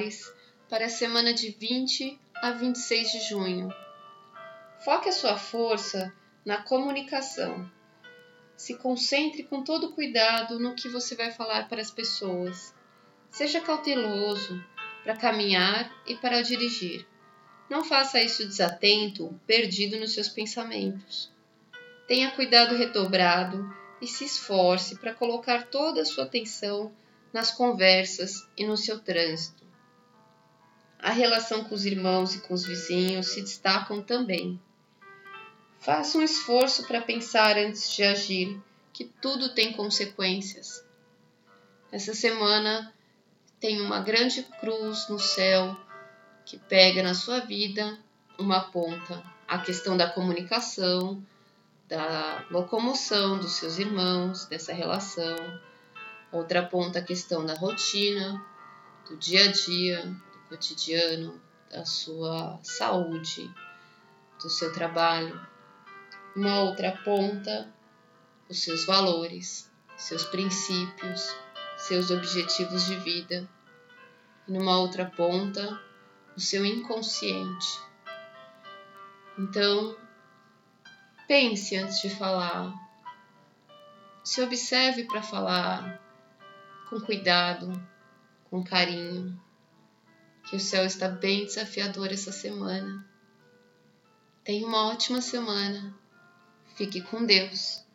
espirituais para a semana de 20 a 26 de junho. Foque a sua força na comunicação. Se concentre com todo cuidado no que você vai falar para as pessoas. Seja cauteloso para caminhar e para dirigir. Não faça isso desatento, perdido nos seus pensamentos. Tenha cuidado redobrado e se esforce para colocar toda a sua atenção nas conversas e no seu trânsito. A relação com os irmãos e com os vizinhos se destacam também. Faça um esforço para pensar antes de agir, que tudo tem consequências. Essa semana tem uma grande cruz no céu que pega na sua vida uma ponta, a questão da comunicação, da locomoção dos seus irmãos, dessa relação. Outra ponta, a questão da rotina, do dia a dia, do cotidiano, da sua saúde, do seu trabalho. Uma outra ponta, os seus valores, seus princípios, seus objetivos de vida. E numa outra ponta, o seu inconsciente. Então, pense antes de falar. Se observe para falar com cuidado, com carinho, que o céu está bem desafiador essa semana. Tenha uma ótima semana. Fique com Deus.